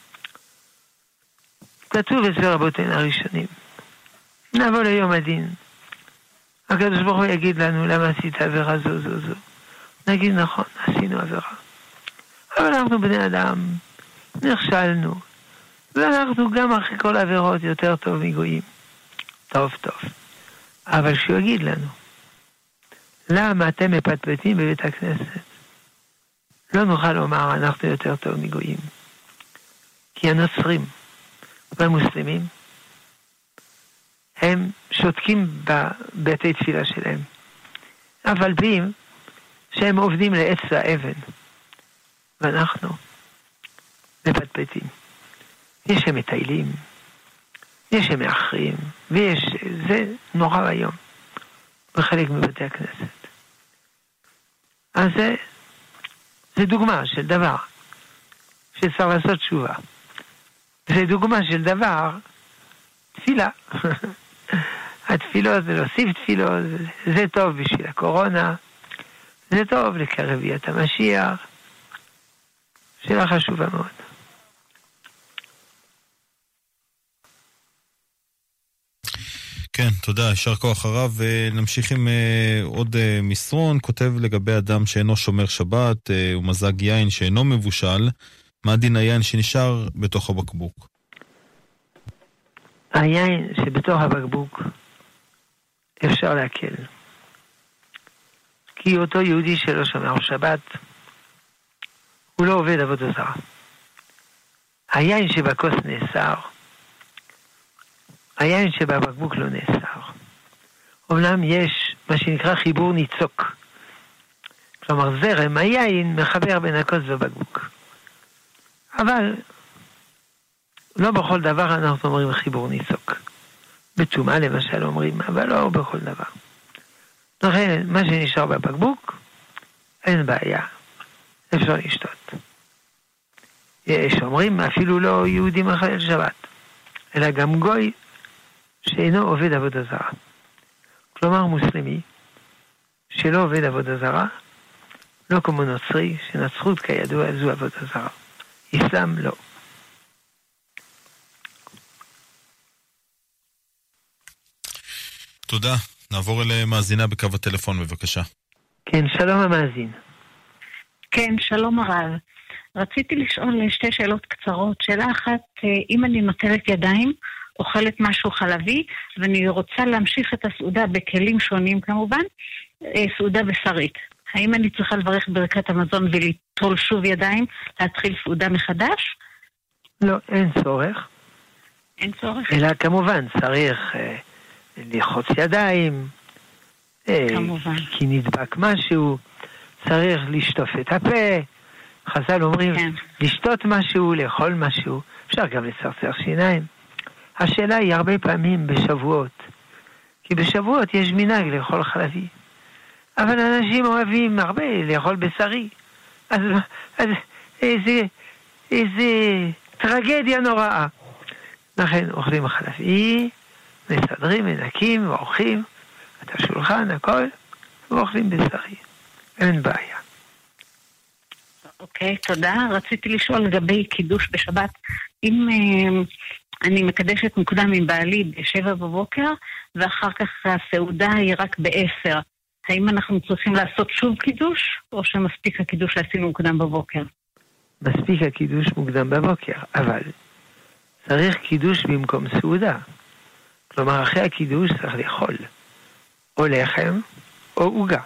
כתוב אצל רבותינו הראשונים, נבוא ליום הדין, הקדוש ברוך הוא יגיד לנו למה עשית עבירה זו. נגיד נכון, עשינו עבירה, אבל אנחנו בני אדם, נכשלנו, ואנחנו גם אחרי כל העבירות יותר טוב מגויים. טוב. אבל שהוא יגיד לנו, למה אתם מפטפטים בבית הכנסת? לא נוכל לומר אנחנו יותר טוב מגויים. כי הנוצרים והמוסלמים הם שותקים בבתי תפילה שלהם. אבל בים שהם עובדים לעץ האבן. ואנחנו מפטפטים. יש שהם מטיילים, יש שהם מאחרים, ויש, זה נורא היום בחלק מבתי הכנסת. אז זה דוגמה של דבר שצריך לעשות תשובה. זה דוגמה של דבר תפילה. התפילות זה להוסיף תפילות, זה טוב בשביל הקורונה, זה טוב לקרב ביאת המשיח. שאלה חשובה מאוד. כן, תודה, יישר כוח הרב. נמשיך עם עוד מסרון. כותב לגבי אדם שאינו שומר שבת, הוא מזג יין שאינו מבושל, מה דין היין שנשאר בתוך הבקבוק? היין שבתוך הבקבוק אפשר להקל. כי אותו יהודי שלא שומר שבת, הוא לא עובד עבודה זרה. היין שבכוס נאסר, היין שבבקבוק לא נאסר. אומנם יש מה שנקרא חיבור ניצוק. כלומר זרם היין מחבר בין הכוס ובקבוק. אבל לא בכל דבר אנחנו אומרים חיבור ניצוק. בתשומה למשל אומרים, אבל לא בכל דבר. לכן מה שנשאר בבקבוק אין בעיה. אפשר לשתות. יש אומרים אפילו לא יהודי מחלל שבת, אלא גם גוי שאינו עובד עבודה זרה. כלומר מוסלמי שלא עובד עבודה זרה, לא כמו נוצרי, שנצרות כידוע זו עבודה זרה. איסלאם לא. תודה. נעבור אל מאזינה בקו הטלפון, בבקשה. כן, שלום המאזין. כן, שלום הרב. רציתי לשאול שתי שאלות קצרות. שאלה אחת, אם אני נוטלת ידיים, אוכלת משהו חלבי, ואני רוצה להמשיך את הסעודה בכלים שונים כמובן, סעודה בשרית. האם אני צריכה לברך ברכת המזון ולטול שוב ידיים, להתחיל סעודה מחדש? לא, אין צורך. אין צורך? אלא כמובן צריך לחוץ ידיים, כמובן. כי נדבק משהו, צריך לשטוף את הפה, חז"ל אומרים, כן. לשתות משהו, לאכול משהו, אפשר גם לצרצר שיניים. השאלה היא הרבה פעמים בשבועות, כי בשבועות יש מנהג לאכול חלבי, אבל אנשים אוהבים הרבה לאכול בשרי, אז איזה טרגדיה נוראה. לכן אוכלים חלבי, מסדרים, מנקים, ואוכלים את השולחן, הכל, ואוכלים בשרי. אין בעיה. אוקיי, תודה. רציתי לשאול לגבי קידוש בשבת. אם אני מקדשת מוקדם עם בעלי ב7 בבוקר, ואחר כך הסעודה היא רק ב10, האם אנחנו צריכים לעשות שוב קידוש, או שמספיק הקידוש שעשינו מוקדם בבוקר? מספיק הקידוש מוקדם בבוקר, אבל צריך קידוש במקום סעודה. כלומר, אחרי הקידוש צריך לאכול או לחם או עוגה.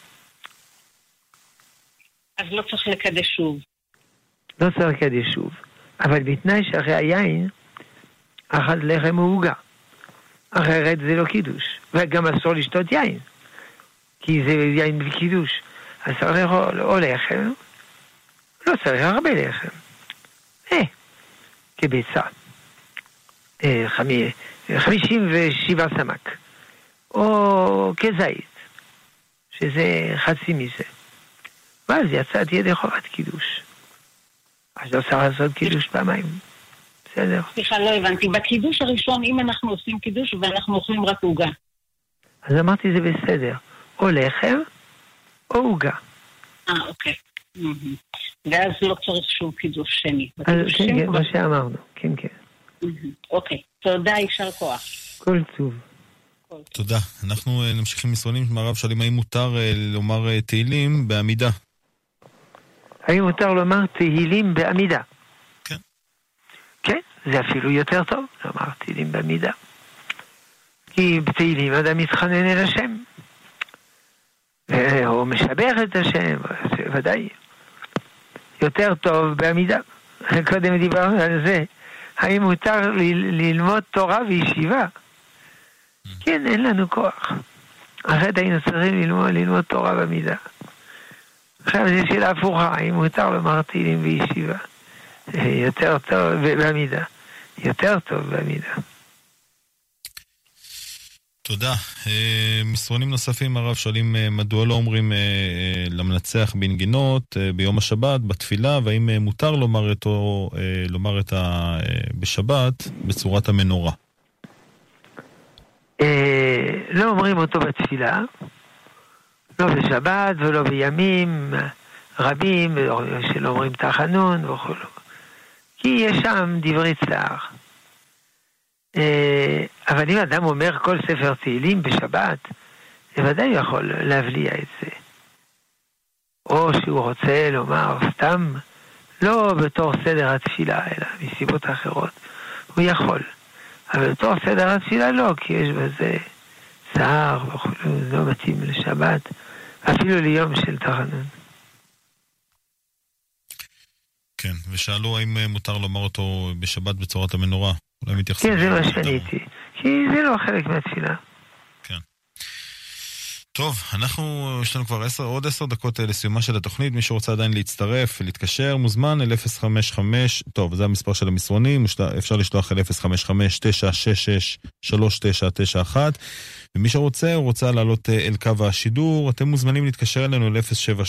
אז לא צריך לקדש שוב. לא צריך לקדש שוב. אבל בתנאי שאחרי היין, אכל לחם או עוגה. אחרת זה לא קידוש. וגם אסור לשתות יין. כי זה יין בלי קידוש. אז צריך לאכול או לחם, לא צריך הרבה לחם. כביצה. 57 סמק. או כזית. שזה חצי מזה. ואז יצאת ידי חובת קידוש. אז לא צריך לעשות קידוש פעמיים. בסדר? סליחה, לא הבנתי. בקידוש הראשון, אם אנחנו עושים קידוש ואנחנו אוכלים רק עוגה. אז אמרתי זה בסדר. או לחם, או עוגה. אוקיי. ואז לא צריך שוב קידוש שני. כן, מה שאמרנו. כן, כן. אוקיי. תודה, יישר כוח. כל טוב. תודה. אנחנו נמשיך עם מסרונים מהרב שואלים האם מותר לומר תהילים בעמידה. האם מותר לומר תהילים בעמידה? כן. כן, זה אפילו יותר טוב לומר תהילים בעמידה. כי בתהילים אדם מתחנן אל השם. או משבח את השם, ודאי. יותר טוב בעמידה. קודם דיברנו על זה. האם מותר ללמוד תורה וישיבה? כן, אין לנו כוח. אחרת היינו צריכים ללמוד תורה במידה. עכשיו זו שאלה הפוכה, האם מותר לומר תהילים בישיבה? יותר טוב במידה. יותר טוב במידה. תודה. מסרונים נוספים הרב שואלים מדוע לא אומרים למנצח בנגינות ביום השבת, בתפילה, והאם מותר לומר בשבת בצורת המנורה. לא אומרים אותו בתפילה, לא בשבת ולא בימים רבים, שלא אומרים תחנון וכו'. כי יש שם דברי צער. אבל אם אדם אומר כל ספר תהילים בשבת, בוודאי יכול להבליע את זה. או שהוא רוצה לומר סתם, לא בתור סדר התפילה, אלא מסיבות אחרות. הוא יכול. אבל בתור סדר התפילה לא, כי יש בזה צער וכו', לא מתאים לשבת, אפילו ליום של תחנון. כן, ושאלו האם מותר לומר אותו בשבת בצורת המנורה. אולי מתייחסים. כן, זה מה שעניתי. כי זה לא חלק מהתפילה. כן. טוב, יש לנו כבר עוד 10 דקות לסיומה של התוכנית. מי שרוצה עדיין להצטרף, להתקשר, מוזמן אל 055, טוב, זה המספר של המסרונים, אפשר לשלוח אל 055-966-3991, ומי שרוצה, הוא רוצה לעלות אל קו השידור, אתם מוזמנים להתקשר אלינו אל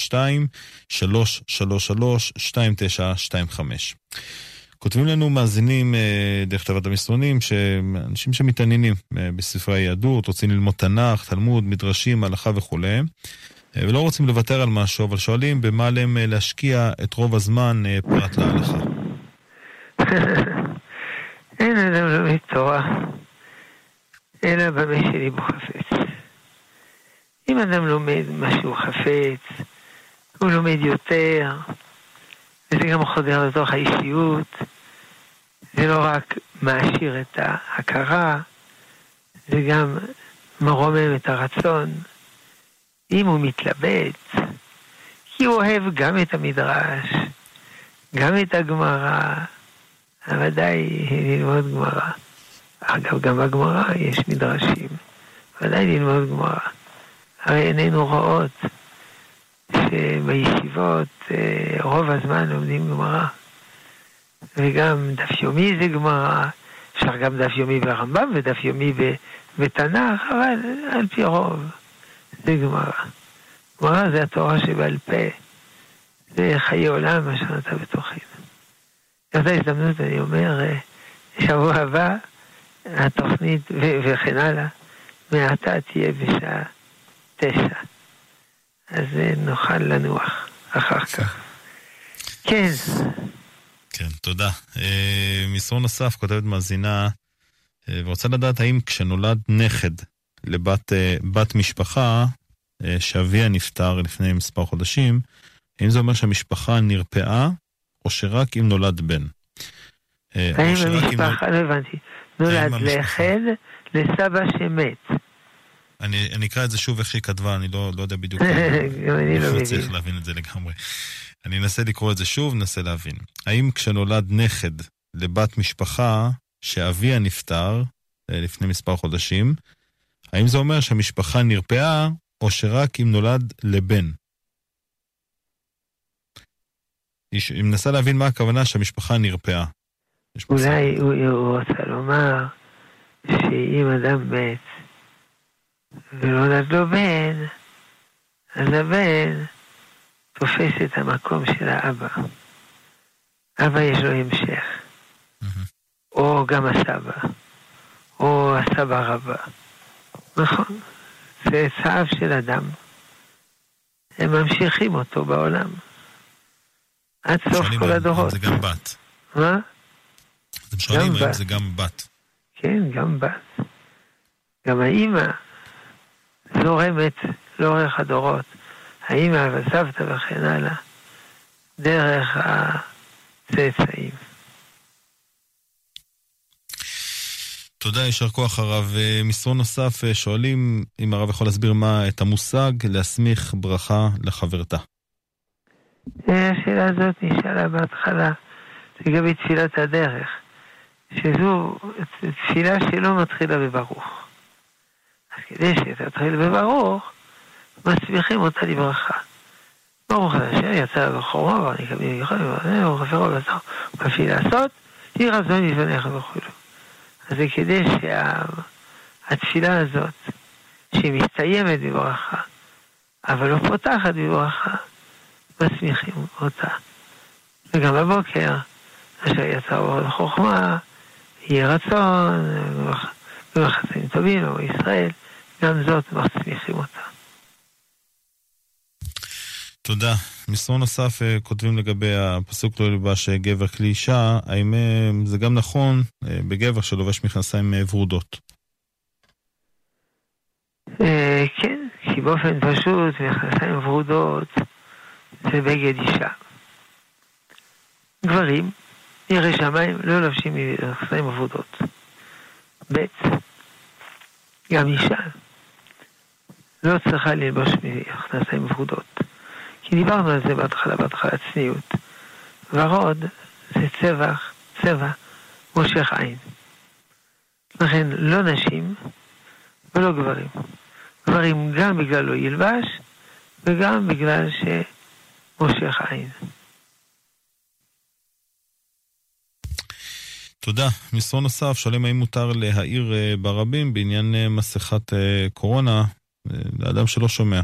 072-333-2925. כותבים לנו מאזינים דרך תיבת המסרונים, אנשים שמתעניינים בספרי היהדות, רוצים ללמוד תנ"ך, תלמוד, מדרשים, הלכה וכו', ולא רוצים לוותר על משהו, אבל שואלים במה עליהם להשקיע את רוב הזמן פרט להלכה. אין אדם לומד תורה, אלא במה שליבו חפץ. אם אדם לומד משהו חפץ, הוא לומד יותר, וזה גם חודר לתוך האישיות, זה לא רק מעשיר את ההכרה, זה גם מרומם את הרצון. אם הוא מתלבט, כי הוא אוהב גם את המדרש, גם את הגמרא, ודאי ללמוד גמרא. אגב, גם בגמרא יש מדרשים, ודאי ללמוד גמרא. הרי עינינו רואות שבישיבות רוב הזמן לומדים גמרא, וגם דף יומי זה גמרא, אפשר גם דף יומי ברמב"ם ודף יומי בתנ"ך, אבל על פי רוב זה גמרא. גמרא זה התורה שבעל פה, זה חיי עולם מה שנתה בתוכנו. זאת ההזדמנות, אני אומר, שבוע הבא התוכנית וכן הלאה, מעתה תהיה בשעה 9. אז נוכל לנוח אחר כך. כן. כן, תודה. מסרון נוסף, כותבת מאזינה, ורוצה לדעת האם כשנולד נכד לבת משפחה, שאביה נפטר לפני מספר חודשים, האם זה אומר שהמשפחה נרפאה, או שרק אם נולד בן? האם המשפחה, לא הבנתי, נולד לחד לסבא שמת. אני אקרא את זה שוב איך שהיא כתבה, אני לא יודע בדיוק. אני לא צריך להבין את זה לגמרי. אני אנסה לקרוא את זה שוב, ננסה להבין. האם כשנולד נכד לבת משפחה שאביה נפטר לפני מספר חודשים, האם זה אומר שהמשפחה נרפאה, או שרק אם נולד לבן? היא מנסה להבין מה הכוונה שהמשפחה נרפאה. אולי הוא רוצה לומר שאם אדם מת ולא נולד לו בן, אז הבן תופס את המקום של האבא. אבא יש לו המשך. או גם הסבא. או הסבא רבא. נכון. זה צעב של אדם. הם ממשיכים אותו בעולם. עד סוף כל הדורות. זה גם בת. מה? אתם שואלים האם זה גם בת. כן, גם בת. גם האמא זורמת לאורך הדורות. האמא והסבתא וכן הלאה, דרך הצאצאים. תודה, ישר כוח הרב. מסרון נוסף, שואלים אם הרב יכול להסביר את המושג להסמיך ברכה לחברתה. השאלה הזאת נשאלה בהתחלה, לגבי תפילת הדרך, שזו תפילה שלא מתחילה בברוך. אז כדי שתתחיל בברוך, מסמיכים אותה לברכה. ברוך השם יצא בחורו, ואני קמים יחד, ברוך אפרו בשר, וכפי לעשות, יהי רצון לפניך וכו'. אז זה כדי שהתפילה הזאת, שהיא מסתיימת בברכה, אבל לא פותחת בברכה, מסמיכים אותה. וגם בבוקר, אשר יצא אור לחוכמה, יהי רצון, במחסים טובים, או ישראל, גם זאת מצמיחים אותה. תודה. מסרון נוסף כותבים לגבי הפסוק לא ילבש גבר כלי אישה, האם זה גם נכון בגבר שלובש מכנסיים ורודות? כן, כי באופן פשוט מכנסיים ורודות זה בגד אישה. גברים, יראי שמיים, לא לובשים מכנסיים ורודות. ב' גם אישה לא צריכה ללבוש מכנסיים ורודות. כי דיברנו על זה בהתחלה צניעות. ורוד זה צבע מושך עין. לכן לא נשים ולא גברים. גברים גם בגלל לא ילבש וגם בגלל שמושך עין. תודה. מסרון נוסף, שואלים האם מותר להעיר ברבים בעניין מסכת קורונה לאדם שלא שומע.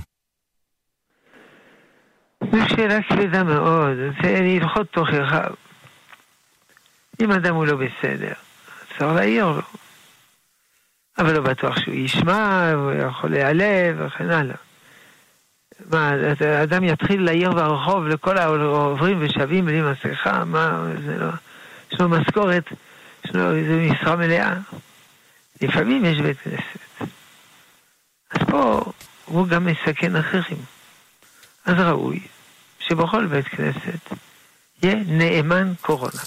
זו שאלה כבדה מאוד, זה הלכות תוכחה. אם אדם הוא לא בסדר, צריך להעיר לו. אבל לא בטוח שהוא ישמע, הוא יכול להיעלב וכן הלאה. מה, האדם יתחיל להעיר ברחוב לכל העוברים ושבים בלי מסכה, מה, זה לא... יש לו משכורת, יש לו איזו משרה מלאה. לפעמים יש בית כנסת. אז פה הוא גם מסכן אחרים. אז ראוי שבכל בית כנסת יהיה נאמן קורונה.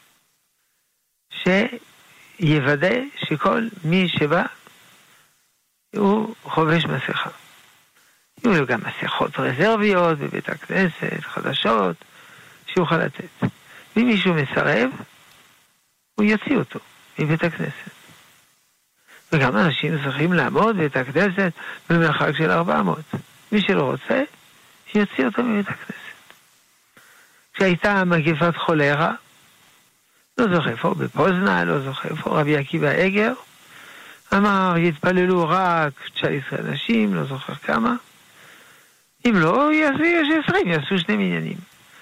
שיוודא שכל מי שבא הוא חובש מסכה. יהיו לו גם מסכות רזרביות בבית הכנסת, חדשות, שיוכל לתת. ואם מישהו מסרב, הוא יוציא אותו מבית הכנסת. וגם אנשים צריכים לעמוד בבית הכנסת במרחק של 400. מי שלא רוצה, שיוציא אותו מבית הכנסת. כשהייתה מגפת חולרה, לא זוכר איפה, בפוזנה, לא זוכר איפה, רבי עקיבא אגר, אמר, יתפללו רק 19 אנשים, לא זוכר כמה. אם לא, יש 20, יעשו 2 מניינים.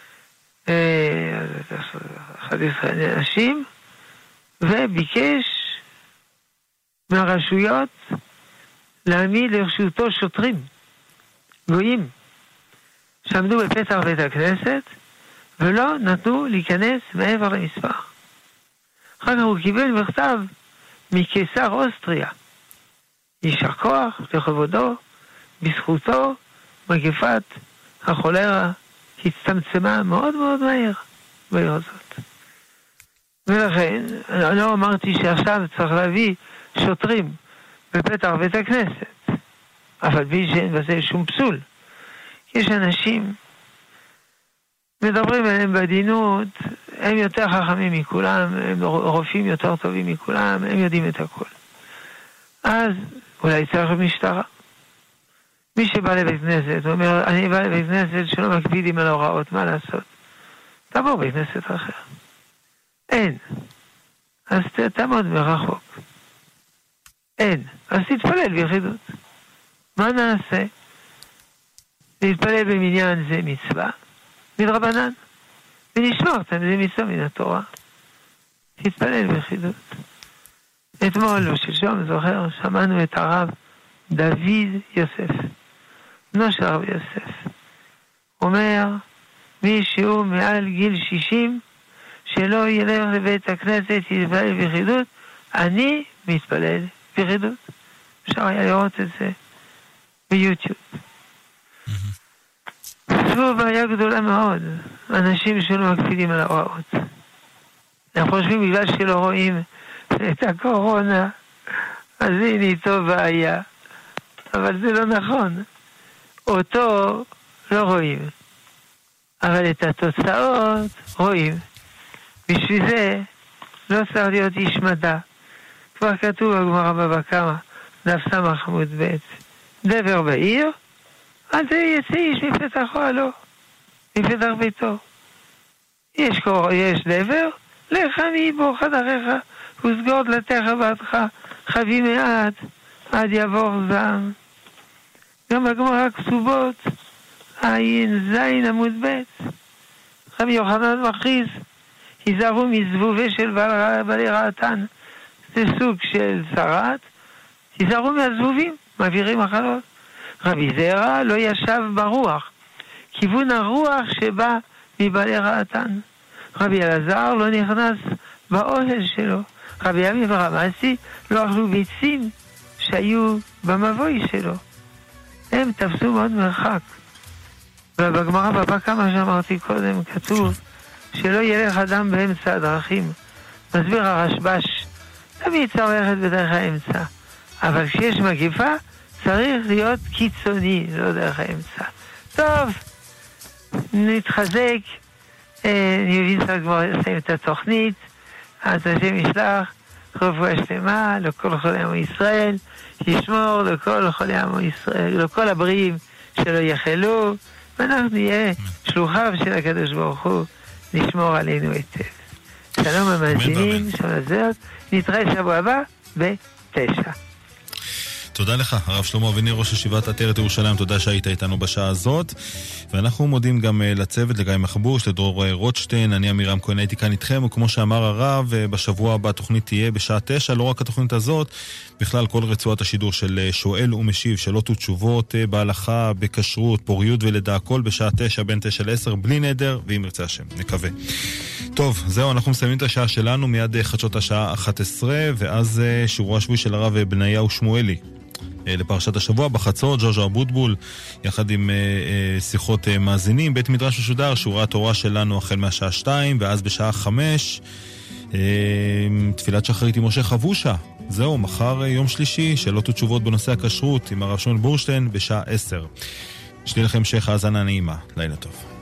11 אנשים, וביקש מהרשויות להעמיד לרשותו שוטרים, גויים, שעמדו בפתח בית הכנסת, ולא נתנו להיכנס מעבר למספר. אחר כך הוא קיבל מכתב מקיסר אוסטריה. יישר כוח לכבודו, בזכותו, מגפת החולרה הצטמצמה מאוד מאוד מהר בעיר הזאת. ולכן, אני לא אמרתי שעכשיו צריך להביא שוטרים בפתח בית הכנסת, אבל בי שאין בזה שום פסול. יש אנשים, מדברים עליהם בעדינות, הם יותר חכמים מכולם, הם רופאים יותר טובים מכולם, הם יודעים את הכל. אז אולי צריך משטרה. מי שבא לבית כנסת, הוא אומר, אני בא לבית כנסת שלא מקפידים על ההוראות, מה לעשות? תעבור בית כנסת אחר. אין. אז תעמוד מרחוק. אין. אז תתפלל ביחידות. מה נעשה? להתפלל במניין זה מצווה, מדרבנן. ונשמרתם זה מצווה מן התורה. תתפלל ביחידות. אתמול או שלשום, זוכר, שמענו את הרב דוד יוסף, בנו של הרב יוסף. אומר, מי שהוא מעל גיל 60, שלא ילך לבית הכנסת, יתפלל ביחידות, אני מתפלל ביחידות. אפשר היה לראות את זה ביוטיוב. זו בעיה גדולה מאוד, אנשים שלא מקפידים על ההוראות. הם חושבים בגלל שלא רואים את הקורונה, אז הנה איתו בעיה. אבל זה לא נכון. אותו לא רואים. אבל את התוצאות רואים. בשביל זה לא צריך להיות איש מדע. כבר כתוב בגמרא בבא קמא, דף סמך עמוד ב', דבר בעיר, אז יצא איש מפתח אוהלו, מפתח ביתו. יש דבר, לך מבוא חדריך, וסגור דלתיך בעדך, חבי מעט, עד יעבור זעם. גם בגמרא כתובות, עין זין עמוד ב', רבי יוחנן מכריז, היזהרו מזבובי של בעלי רעתן. זה סוג של שרת תיזהרו מהזבובים, מעבירים מחלות. רבי זרע לא ישב ברוח, כיוון הרוח שבא מבעלי רעתן. רבי אלעזר לא נכנס באוהל שלו. רבי עמי ורמסי לא אכלו ביצים שהיו במבוי שלו. הם תפסו מאוד מרחק. ובגמרא בבא כמה שאמרתי קודם כתוב שלא ילך אדם באמצע הדרכים. מסביר הרשב"ש, תמיד צריך ללכת בדרך האמצע, אבל כשיש מגיפה צריך להיות קיצוני, לא דרך האמצע. טוב, נתחזק, אני מבין שצריך כבר לסיים את התוכנית, אז השם ישלח רפואה שלמה לכל חולי עמו ישראל, ישמור לכל חולי עמו ישראל, לכל הבריאים שלא יחלו, ואנחנו נהיה שלוחיו של הקדוש ברוך הוא, נשמור עלינו היטב. שלום המאזינים, שלום לזרת, נתראה שבוע הבא ב-9. תודה לך, הרב שלמה אבינר, ראש ישיבת עטרת ירושלים, תודה שהיית איתנו בשעה הזאת. ואנחנו מודים גם לצוות, לגיא מחבוש, לדרור רוטשטיין, אני אמירם כהן, הייתי כאן איתכם, וכמו שאמר הרב, בשבוע הבא התוכנית תהיה בשעה 9, לא רק התוכנית הזאת, בכלל כל רצועת השידור של שואל ומשיב, שאלות ותשובות בהלכה, בכשרות, פוריות ולידה, הכל בשעה 9, בין 9 ל-10, בלי נדר, ואם ירצה השם, נקווה. טוב, זהו, אנחנו מסיימים את השעה שלנו, מיד חדשות השעה 11, ואז שיעורו השבועי של הרב בניהו שמואלי. לפרשת השבוע בחצות, ג'וז'ו אבוטבול יחד עם שיחות מאזינים, בית מדרש משודר, שיעורי התורה שלנו החל מהשעה 2 ואז בשעה 5 תפילת שחרית עם משה חבושה. זהו, מחר יום שלישי, שאלות ותשובות בנושא הכשרות עם הרב שמואל בורשטיין בשעה 10. שתהיה לכם המשך האזנה נעימה, לילה טוב.